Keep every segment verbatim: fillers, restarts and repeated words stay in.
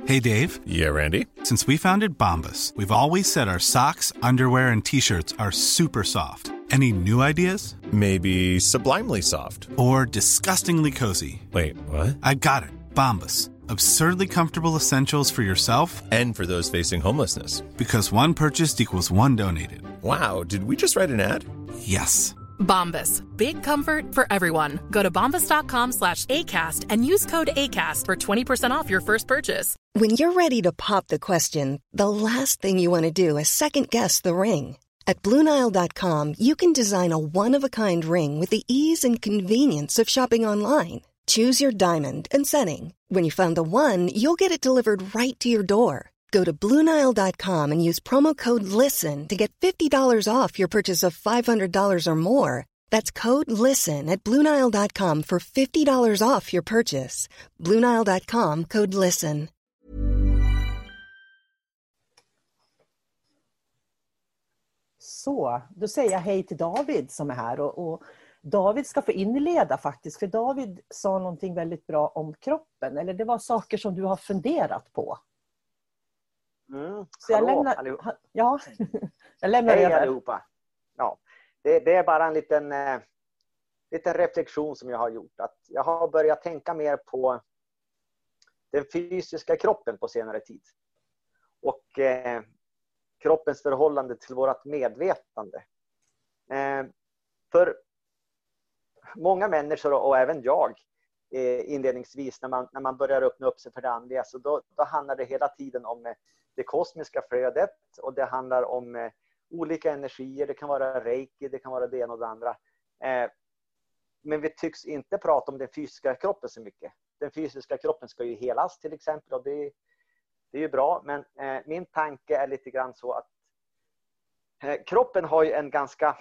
Hey, Dave. Yeah, Randy. Since we founded Bombas, we've always said our socks, underwear, and T-shirts are super soft. Any new ideas? Maybe sublimely soft. Or disgustingly cozy. Wait, what? I got it. Bombas. Absurdly comfortable essentials for yourself and for those facing homelessness. Because one purchased equals one donated. Wow, did we just write an ad? Yes. Bombas. Big comfort for everyone. Go to bombas.com slash ACAST and use code ACAST for twenty percent off your first purchase. When you're ready to pop the question, the last thing you want to do is second-guess the ring. At Blue Nile dot com, you can design a one-of-a-kind ring with the ease and convenience of shopping online. Choose your diamond and setting. When you find the one, you'll get it delivered right to your door. Go to Blue Nile dot com and use promo code LISTEN to get fifty dollars off your purchase of five hundred dollars or more. That's code LISTEN at Blue Nile dot com for fifty dollars off your purchase. Blue Nile dot com, code LISTEN. Så, då säger jag hej till David som är här. Och, och David ska få inleda faktiskt. För David sa någonting väldigt bra om kroppen. Eller det var saker som du har funderat på. Mm. Så jag Hallå, lämnar, allihop. ja, jag lämnar Hej över. allihopa. Ja, det, det är bara en liten, eh, liten reflektion som jag har gjort. Att jag har börjat tänka mer på den fysiska kroppen på senare tid. Och eh, kroppens förhållande till vårt medvetande. Eh, för många människor och även jag eh, inledningsvis när man, när man börjar öppna upp sig för det andliga, så då, då handlar det hela tiden om eh, det kosmiska flödet, och det handlar om eh, olika energier. Det kan vara reiki, det kan vara det ena och det andra. Eh, men vi tycks inte prata om den fysiska kroppen så mycket. Den fysiska kroppen ska ju helas till exempel, och det, det är ju bra. Men eh, min tanke är lite grann så att eh, kroppen har ju en ganska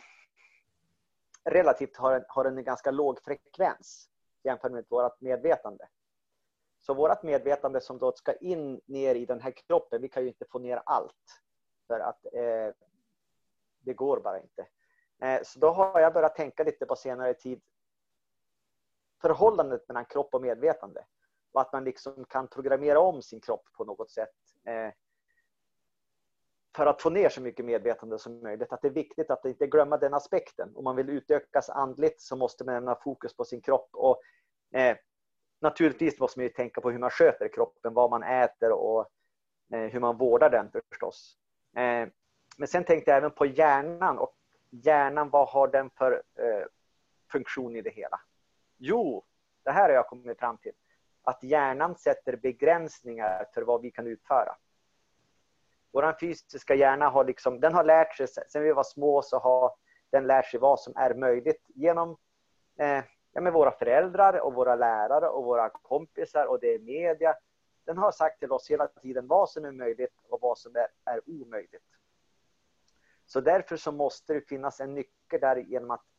relativt har en, har en ganska låg frekvens jämfört med vårt medvetande. Så vårt medvetande som då ska in ner i den här kroppen, vi kan ju inte få ner allt. För att eh, det går bara inte. Eh, så då har jag börjat tänka lite på senare tid förhållandet mellan kropp och medvetande. Och att man liksom kan programmera om sin kropp på något sätt. Eh, för att få ner så mycket medvetande som möjligt. Att det är viktigt att inte glömma den aspekten. Om man vill utökas andligt så måste man lämna fokus på sin kropp. Och eh, naturligtvis måste man ju tänka på hur man sköter kroppen. Vad man äter och eh, hur man vårdar den förstås. Eh, men sen tänkte jag även på hjärnan. Och hjärnan, vad har den för eh, funktion i det hela? Jo, det här har jag kommit fram till. Att hjärnan sätter begränsningar för vad vi kan utföra. Vår fysiska hjärna har liksom, den har lärt sig, sen vi var små så har den lärt sig vad som är möjligt genom eh, ja, med våra föräldrar och våra lärare och våra kompisar och det är media. Den har sagt till oss hela tiden vad som är möjligt och vad som är, är omöjligt. Så därför så måste det finnas en nyckel där genom att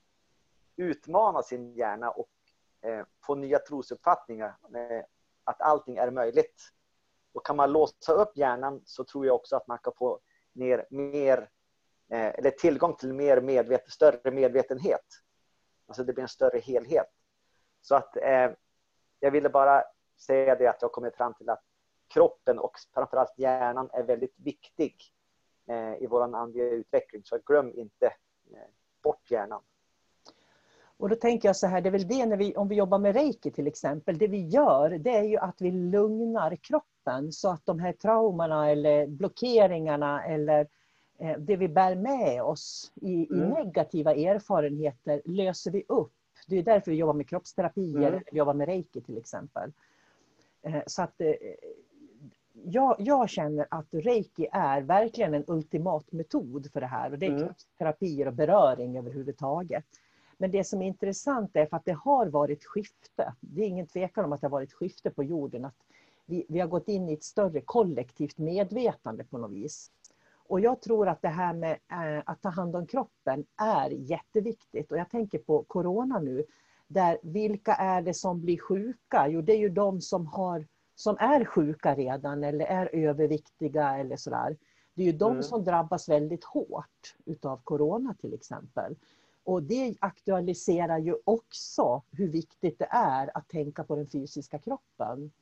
utmana sin hjärna och eh, få nya trosuppfattningar med att allting är möjligt. Och kan man låsa upp hjärnan så tror jag också att man kan få ner mer, eh, eller tillgång till mer medvet- större medvetenhet. Alltså det blir en större helhet. Så att eh, jag ville bara säga det att jag kommit fram till att kroppen och framförallt hjärnan är väldigt viktig eh, i vår andliga utveckling. Så glöm inte eh, bort hjärnan. Och då tänker jag så här, det är väl det när vi, om vi jobbar med reiki till exempel, det vi gör det är ju att vi lugnar kroppen så att de här traumorna eller blockeringarna eller eh, det vi bär med oss i, mm. i negativa erfarenheter löser vi upp. Det är därför vi jobbar med kroppsterapier, mm. vi jobbar med reiki till exempel. Eh, så att eh, jag, jag känner att reiki är verkligen en ultimat metod för det här och det är mm. kroppsterapier och beröring överhuvudtaget. Men det som är intressant är för att det har varit skifte. Det är ingen tvekan om att det har varit skifte på jorden. Att vi, vi har gått in i ett större kollektivt medvetande på något vis. Och jag tror att det här med äh, att ta hand om kroppen är jätteviktigt. Och jag tänker på corona nu. Där vilka är det som blir sjuka? Jo, det är ju de som, har, som är sjuka redan eller är överviktiga eller sådär. Det är ju de mm. som drabbas väldigt hårt utav corona till exempel. Och det aktualiserar ju också hur viktigt det är att tänka på den fysiska kroppen.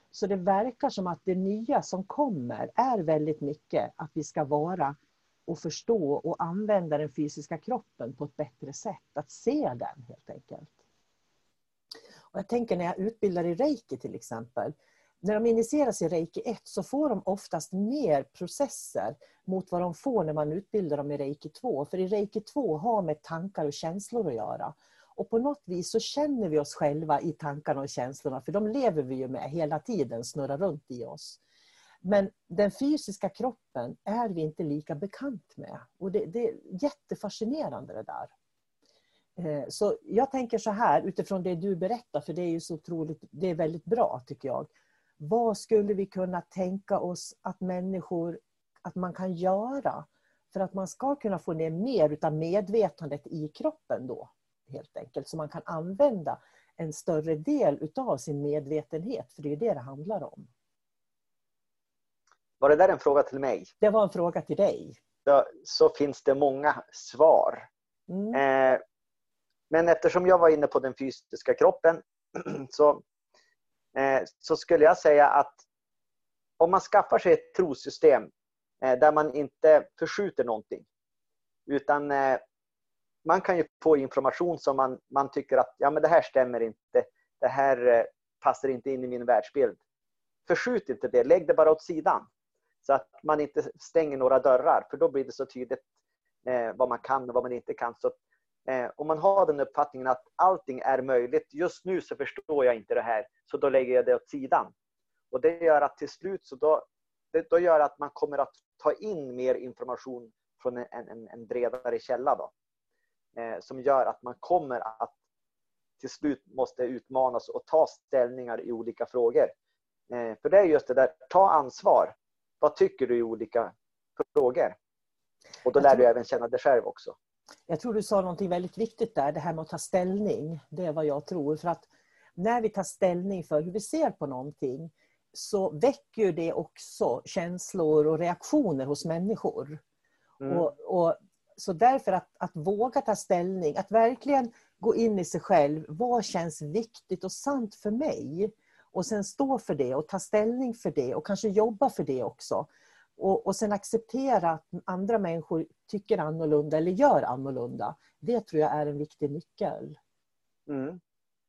Så det verkar som att det nya som kommer är väldigt mycket att vi ska vara och förstå och använda den fysiska kroppen på ett bättre sätt. Att se den helt enkelt. Och jag tänker när jag utbildar i reiki till exempel. När de initieras i reiki ett så får de oftast mer processer mot vad de får när man utbildar dem i reiki två. För i reiki två har med tankar och känslor att göra. Och på något vis så känner vi oss själva i tankarna och känslorna. För de lever vi ju med hela tiden, snurrar runt i oss. Men den fysiska kroppen är vi inte lika bekant med. Och det, det är jättefascinerande det där. Så jag tänker så här utifrån det du berättar. För det är ju så otroligt, det är väldigt bra tycker jag. Vad skulle vi kunna tänka oss att människor, att man kan göra för att man ska kunna få ner mer utav medvetandet i kroppen då helt enkelt. Så man kan använda en större del utav sin medvetenhet, för det är det det handlar om. Var det där en fråga till mig? Det var en fråga till dig. Så, så finns det många svar. Mm. Eh, men eftersom jag var inne på den fysiska kroppen så så skulle jag säga att om man skaffar sig ett trosystem där man inte förskjuter någonting utan man kan ju få information som man, man tycker att ja, men det här stämmer inte, det här passar inte in i min världsbild. Förskjut inte det, lägg det bara åt sidan så att man inte stänger några dörrar, för då blir det så tydligt eh, vad man kan och vad man inte kan. Så Eh, om man har den uppfattningen att allting är möjligt, just nu så förstår jag inte det här, så då lägger jag det åt sidan. Och det gör att till slut så då, det, då gör att man kommer att ta in mer information från en, en, en bredare källa då. Eh, som gör att man kommer att till slut måste utmanas och ta ställningar i olika frågor. Eh, för det är just det där, ta ansvar. Vad tycker du i olika frågor? Och då lär du även känna dig själv också. Jag tror du sa någonting väldigt viktigt där, det här med att ta ställning. Det är vad jag tror. För att när vi tar ställning för hur vi ser på någonting så väcker det också känslor och reaktioner hos människor. Mm. Och, och, så därför att, att våga ta ställning, att verkligen gå in i sig själv. Vad känns viktigt och sant för mig? Och sen stå för det och ta ställning för det och kanske jobba för det också. Och, och sen acceptera att andra människor tycker annorlunda eller gör annorlunda. Det tror jag är en viktig nyckel. Mm.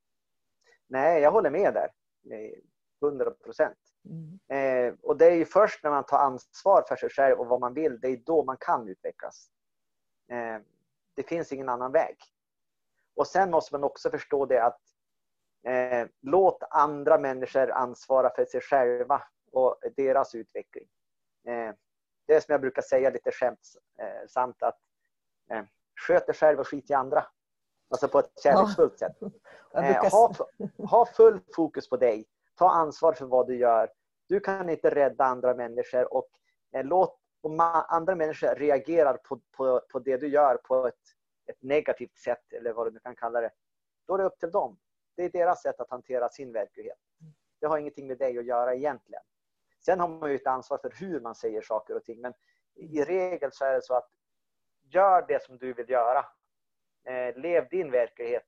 Nej, jag håller med där. hundra procent. Mm. Eh, och det är ju först när man tar ansvar för sig själv och vad man vill, det är då man kan utvecklas. Eh, det finns ingen annan väg. Och sen måste man också förstå det att eh, låt andra människor ansvara för sig själva och deras utveckling. Eh, det är som jag brukar säga lite skämtsamt att eh, sköt dig själv och skit i andra. Alltså på ett kärleksfullt ja. sätt. Eh, ha, ha full fokus på dig. Ta ansvar för vad du gör. Du kan inte rädda andra människor och eh, låt om andra människor reagerar på, på, på det du gör på ett, ett negativt sätt eller vad du kan kalla det. Då är det upp till dem. Det är deras sätt att hantera sin verklighet. Det har ingenting med dig att göra egentligen. Sen har man ju ett ansvar för hur man säger saker och ting. Men i regel så är det så att gör det som du vill göra. Eh, lev din verklighet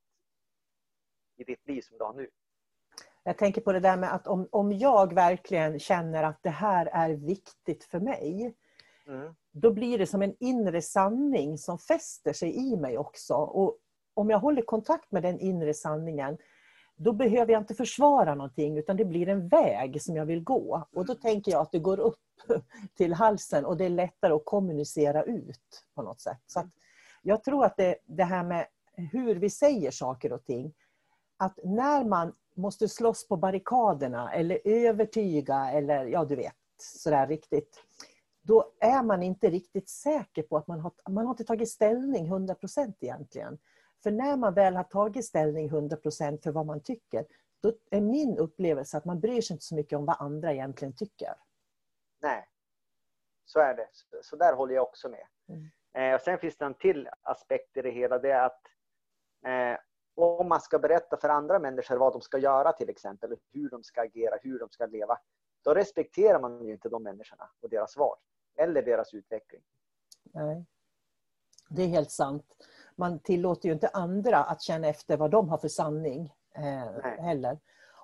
i ditt liv som du har nu. Jag tänker på det där med att om, om jag verkligen känner att det här är viktigt för mig. Mm. Då blir det som en inre sanning som fäster sig i mig också. Och om jag håller kontakt med den inre sanningen. Då behöver jag inte försvara någonting utan det blir en väg som jag vill gå. Och då tänker jag att det går upp till halsen och det är lättare att kommunicera ut på något sätt. Så att jag tror att det, det här med hur vi säger saker och ting. Att när man måste slåss på barrikaderna eller övertyga eller ja du vet sådär riktigt. Då är man inte riktigt säker på att man har, man har inte tagit ställning hundra procent egentligen. För när man väl har tagit ställning hundra procent för vad man tycker, då är min upplevelse att man bryr sig inte så mycket om vad andra egentligen tycker. Nej, så är det. Så, så där håller jag också med. Mm. Eh, och sen finns det en till aspekt i det hela. Det är att eh, om man ska berätta för andra människor vad de ska göra till exempel, hur de ska agera, hur de ska leva, då respekterar man ju inte de människorna och deras val eller deras utveckling. Nej, det är helt sant. Man tillåter ju inte andra att känna efter vad de har för sanning eh, heller. Och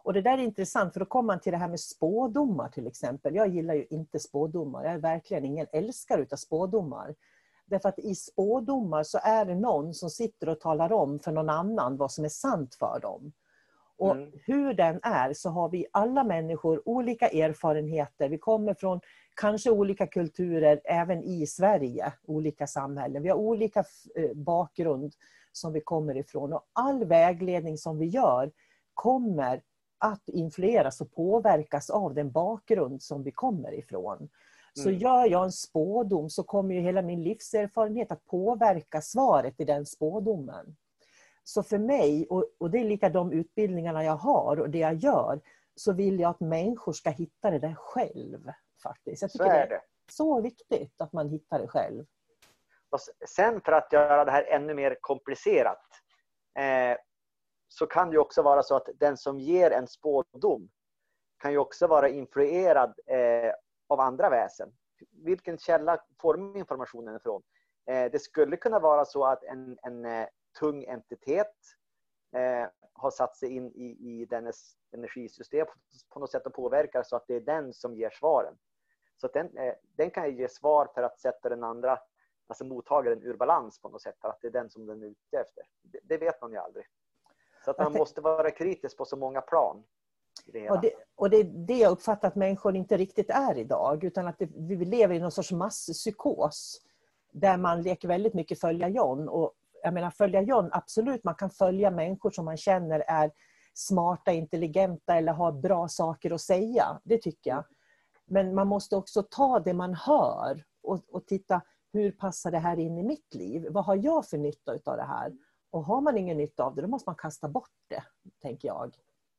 Och det där är intressant, för då kommer man till det här med spådomar till exempel. Jag gillar ju inte spådomar. Jag är verkligen ingen älskare utav spådomar. Därför att i spådomar så är det någon som sitter och talar om för någon annan vad som är sant för dem. Och mm. hur den är så har vi alla människor olika erfarenheter. Vi kommer från kanske olika kulturer även i Sverige, olika samhällen. Vi har olika bakgrund som vi kommer ifrån. Och all vägledning som vi gör kommer att influeras och påverkas av den bakgrund som vi kommer ifrån. Så mm. gör jag en spådom så kommer ju hela min livserfarenhet att påverka svaret i den spådomen. Så för mig, och, och det är lika de utbildningarna jag har och det jag gör, så vill jag att människor ska hitta det där själv faktiskt. Jag tycker så är det är så viktigt att man hittar det själv. Och sen för att göra det här ännu mer komplicerat eh, så kan det ju också vara så att den som ger en spådom kan ju också vara influerad eh, av andra väsen. Vilken källa får de informationen ifrån? Eh, det skulle kunna vara så att en, en eh, tung entitet eh, har satt sig in i, i dennes energisystem på, på något sätt och påverkar så att det är den som ger svaren. Så att den, eh, den kan ju ge svar för att sätta den andra, alltså mottagaren, ur balans på något sätt. För att det är den som den är ute efter. Det, det vet man ju aldrig. Så att man måste vara kritisk på så många plan. Det och, det, och det är det jag uppfattar att människor inte riktigt är idag. Utan att det, vi lever i någon sorts masspsykos. Där man leker väldigt mycket följa John. Och jag menar följa John, absolut man kan följa människor som man känner är smarta, intelligenta eller har bra saker att säga. Det tycker jag. Men man måste också ta det man hör. Och, och titta, hur passar det här in i mitt liv? Vad har jag för nytta av det här? Och har man ingen nytta av det, då måste man kasta bort det, tänker jag.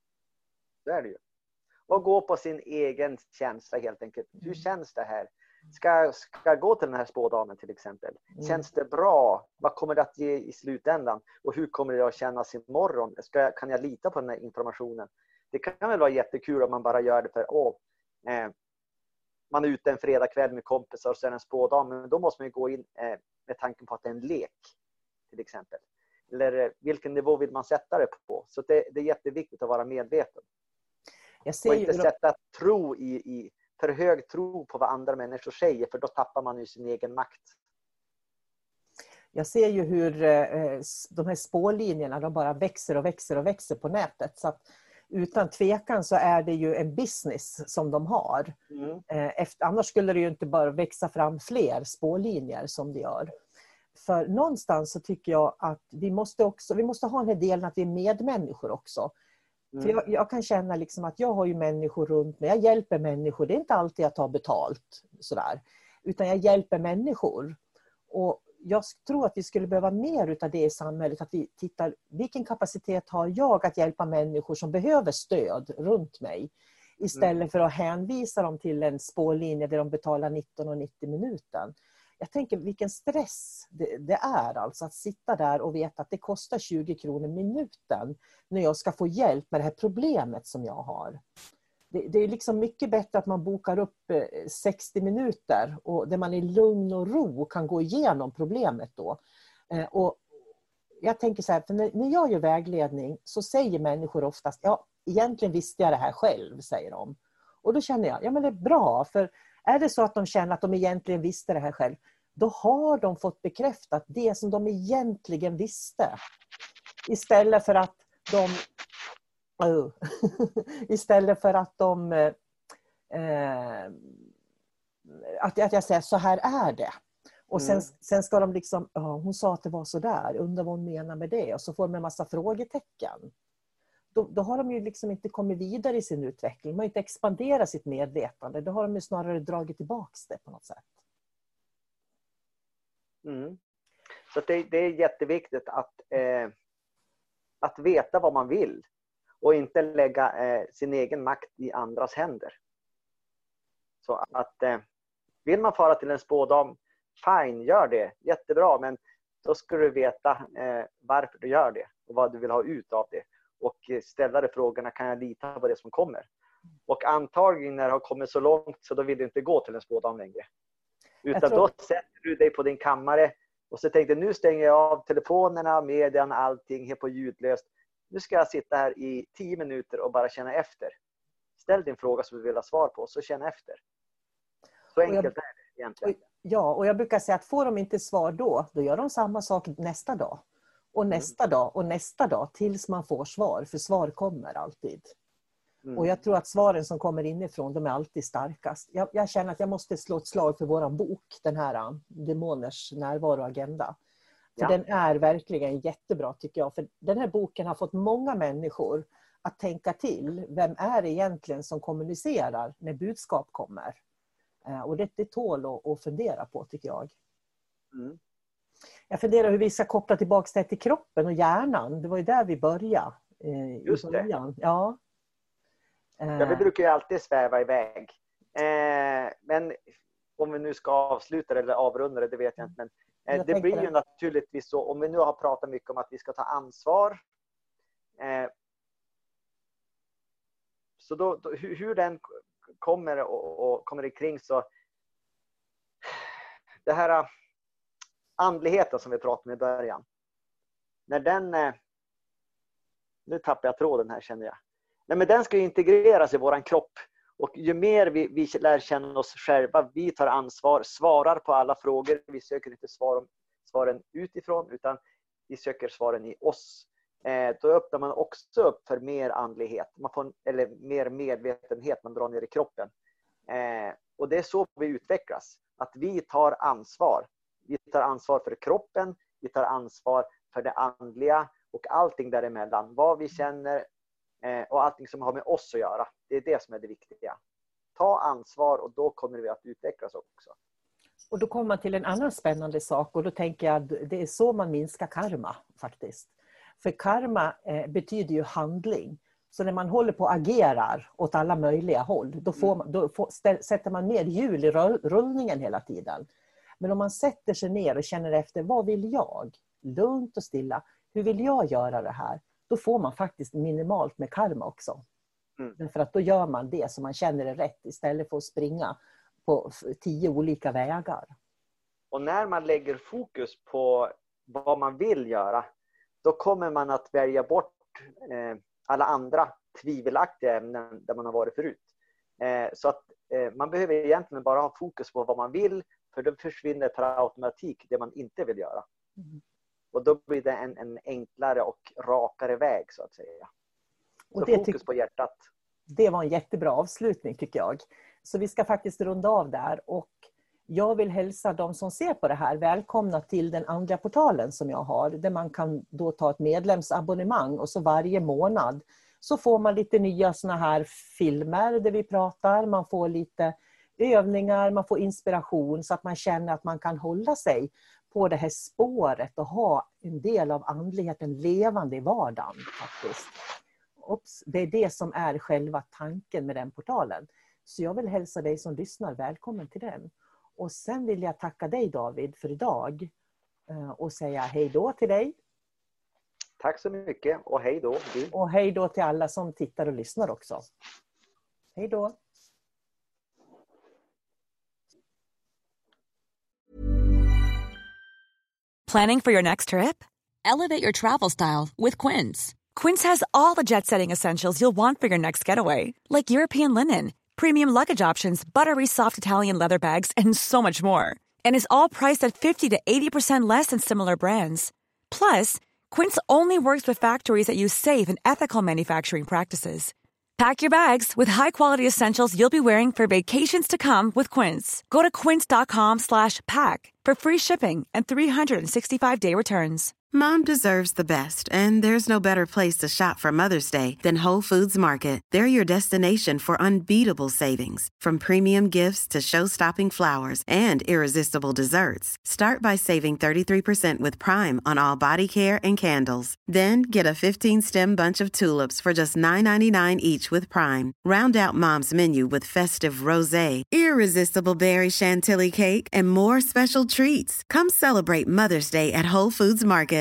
Det är det ju. Och gå på sin egen känsla helt enkelt. Hur känns det här? Ska, ska jag gå till den här spådamen till exempel? Mm. Känns det bra? Vad kommer det att ge i slutändan? Och hur kommer det att kännas imorgon? Ska jag, kan jag lita på den här informationen? Det kan väl vara jättekul om man bara gör det för åh, eh, man är ute en fredagkväll med kompisar och så är det en spådam. Men då måste man ju gå in eh, med tanken på att det är en lek till exempel. Eller vilken nivå vill man sätta det på? Så det, det är jätteviktigt att vara medveten. Jag ser och inte ju... sätta tro i, i för hög tro på vad andra människor säger. För då tappar man ju sin egen makt. Jag ser ju hur eh, de här spårlinjerna de bara växer och växer och växer på nätet. Så att utan tvekan så är det ju en business som de har. Mm. Eh, efter, annars skulle det ju inte bara växa fram fler spårlinjer som det gör. För någonstans så tycker jag att vi måste också, vi måste ha den här delen att vi är medmänniskor också. Mm. För jag, jag kan känna liksom att jag har ju människor runt mig. Jag hjälper människor. Det är inte alltid jag tar betalt. Sådär, utan jag hjälper människor. Och jag tror att vi skulle behöva mer av det i samhället. Att vi tittar, vilken kapacitet har jag att hjälpa människor som behöver stöd runt mig. Istället mm. för att hänvisa dem till en spårlinje där de betalar nitton nittio minuten. Jag tänker vilken stress det, det är alltså att sitta där och veta att det kostar tjugo kronor minuten när jag ska få hjälp med det här problemet som jag har. Det, det är liksom mycket bättre att man bokar upp sextio minuter och där man i lugn och ro kan gå igenom problemet då. Och jag tänker så här, för när, när jag gör vägledning så säger människor oftast, ja egentligen visste jag det här själv, säger de. Och då känner jag, ja men det är bra, för är det så att de känner att de egentligen visste det här själv, då har de fått bekräftat det som de egentligen visste. Istället för att de uh, istället för att de eh, att, att jag säger så här är det. Och sen, mm. sen ska de liksom, oh, hon sa att det var så där, undrar vad hon menar med det. Och så får de en massa frågetecken. Då, då har de ju liksom inte kommit vidare i sin utveckling. De har inte expanderat sitt medvetande. Då har de ju snarare dragit tillbaka det på något sätt. Mm. Så det, det är jätteviktigt att, eh, att veta vad man vill. Och inte lägga eh, sin egen makt i andras händer. Så att eh, vill man fara till en spådam, fine, gör det. Jättebra, men då ska du veta eh, varför du gör det. Och vad du vill ha ut av det. Och ställa dig frågorna, kan jag lita på det som kommer? Och antagligen när det har kommit så långt så då vill du inte gå till en spådam längre. Utan tror... då sätter du dig på din kammare och så tänkte nu stänger jag av telefonerna, medierna, allting, helt på ljudlöst. nu ska jag sitta här i tio minuter och bara känna efter. Ställ din fråga som du vill ha svar på, så känn efter. Så enkelt jag, är det egentligen. Och, ja, och jag brukar säga att får de inte svar då, då gör de samma sak nästa dag. Och nästa mm. dag och nästa dag tills man får svar. För svar kommer alltid. Mm. Och jag tror att svaren som kommer inifrån, de är alltid starkast. Jag, jag känner att jag måste slå ett slag för våran bok, den här Demoners närvaroagenda. För ja. Den är verkligen jättebra tycker jag. För den här boken har fått många människor att tänka till. Vem är det egentligen som kommunicerar när budskap kommer? Och det, det tål att, att fundera på tycker jag. Mm. Jag funderar hur vi ska koppla tillbaka det till kroppen och hjärnan. Det var ju där vi började. Eh, Just det. Ja. Ja, vi brukar ju alltid sväva iväg. Eh, men om vi nu ska avsluta det eller avrunda det, det vet jag inte. Men eh, det blir ju det. Naturligtvis så, om vi nu har pratat mycket om att vi ska ta ansvar. Eh, så då, då, hur, hur den kommer och, och kommer ikring så. Det här andligheten som vi pratade om i början. När den... Eh, nu tappar jag tråden här känner jag. Nej, men den ska ju integreras i våran kropp. Och ju mer vi, vi lär känna oss själva, vi tar ansvar, svarar på alla frågor. Vi söker inte svar, svaren utifrån, utan vi söker svaren i oss. Eh, då öppnar man också upp för mer andlighet. Man får, eller mer medvetenhet man drar ner i kroppen. Eh, och det är så vi utvecklas. Att vi tar ansvar. Vi tar ansvar för kroppen, vi tar ansvar för det andliga och allting däremellan. Vad vi känner eh, och allting som har med oss att göra. Det är det som är det viktiga. Ta ansvar och då kommer vi att utvecklas också. Och då kommer man till en annan spännande sak och då tänker jag att det är så man minskar karma faktiskt. För karma eh, betyder ju handling. Så när man håller på och agerar åt alla möjliga håll, då, får man, då får, ställ, sätter man mer hjul i rull, rullningen hela tiden. Men om man sätter sig ner och känner efter, vad vill jag? Lugnt och stilla. Hur vill jag göra det här? Då får man faktiskt minimalt med karma också. Mm. För att då gör man det som man känner är rätt istället för att springa på tio olika vägar. Och när man lägger fokus på vad man vill göra, då kommer man att välja bort eh, alla andra tvivelaktiga ämnen där man har varit förut. Eh, så att eh, man behöver egentligen bara ha fokus på vad man vill, för då försvinner per automatik det man inte vill göra. Mm. Och då blir det en, en enklare och rakare väg så att säga. Så och det fokus på hjärtat. Det var en jättebra avslutning tycker jag. Så vi ska faktiskt runda av där. Och jag vill hälsa de som ser på det här välkomna till den andra portalen som jag har. Där man kan då ta ett medlemsabonnemang och så varje månad så får man lite nya såna här filmer där vi pratar. Man får lite övningar, man får inspiration så att man känner att man kan hålla sig på det här spåret och ha en del av andligheten levande i vardagen faktiskt. Ops, det är det som är själva tanken med den portalen. Så jag vill hälsa dig som lyssnar välkommen till den. Och sen vill jag tacka dig David för idag och säga hej då till dig. Tack så mycket och hej då. Och hej då till alla som tittar och lyssnar också. Hej då. Planning for your next trip? Elevate your travel style with Quince. Quince has all the jet-setting essentials you'll want for your next getaway, like European linen, premium luggage options, buttery soft Italian leather bags, and so much more. And is all priced at fifty to eighty percent less than similar brands. Plus, Quince only works with factories that use safe and ethical manufacturing practices. Pack your bags with high-quality essentials you'll be wearing for vacations to come with Quince. Go to quince.com slash pack for free shipping and three sixty-five day returns. Mom deserves the best, and there's no better place to shop for Mother's Day than Whole Foods Market. They're your destination for unbeatable savings, from premium gifts to show-stopping flowers and irresistible desserts. Start by saving thirty-three percent with Prime on all body care and candles. Then get a fifteen-stem bunch of tulips for just nine ninety-nine each with Prime. Round out Mom's menu with festive rosé, irresistible berry chantilly cake, and more special treats. Come celebrate Mother's Day at Whole Foods Market.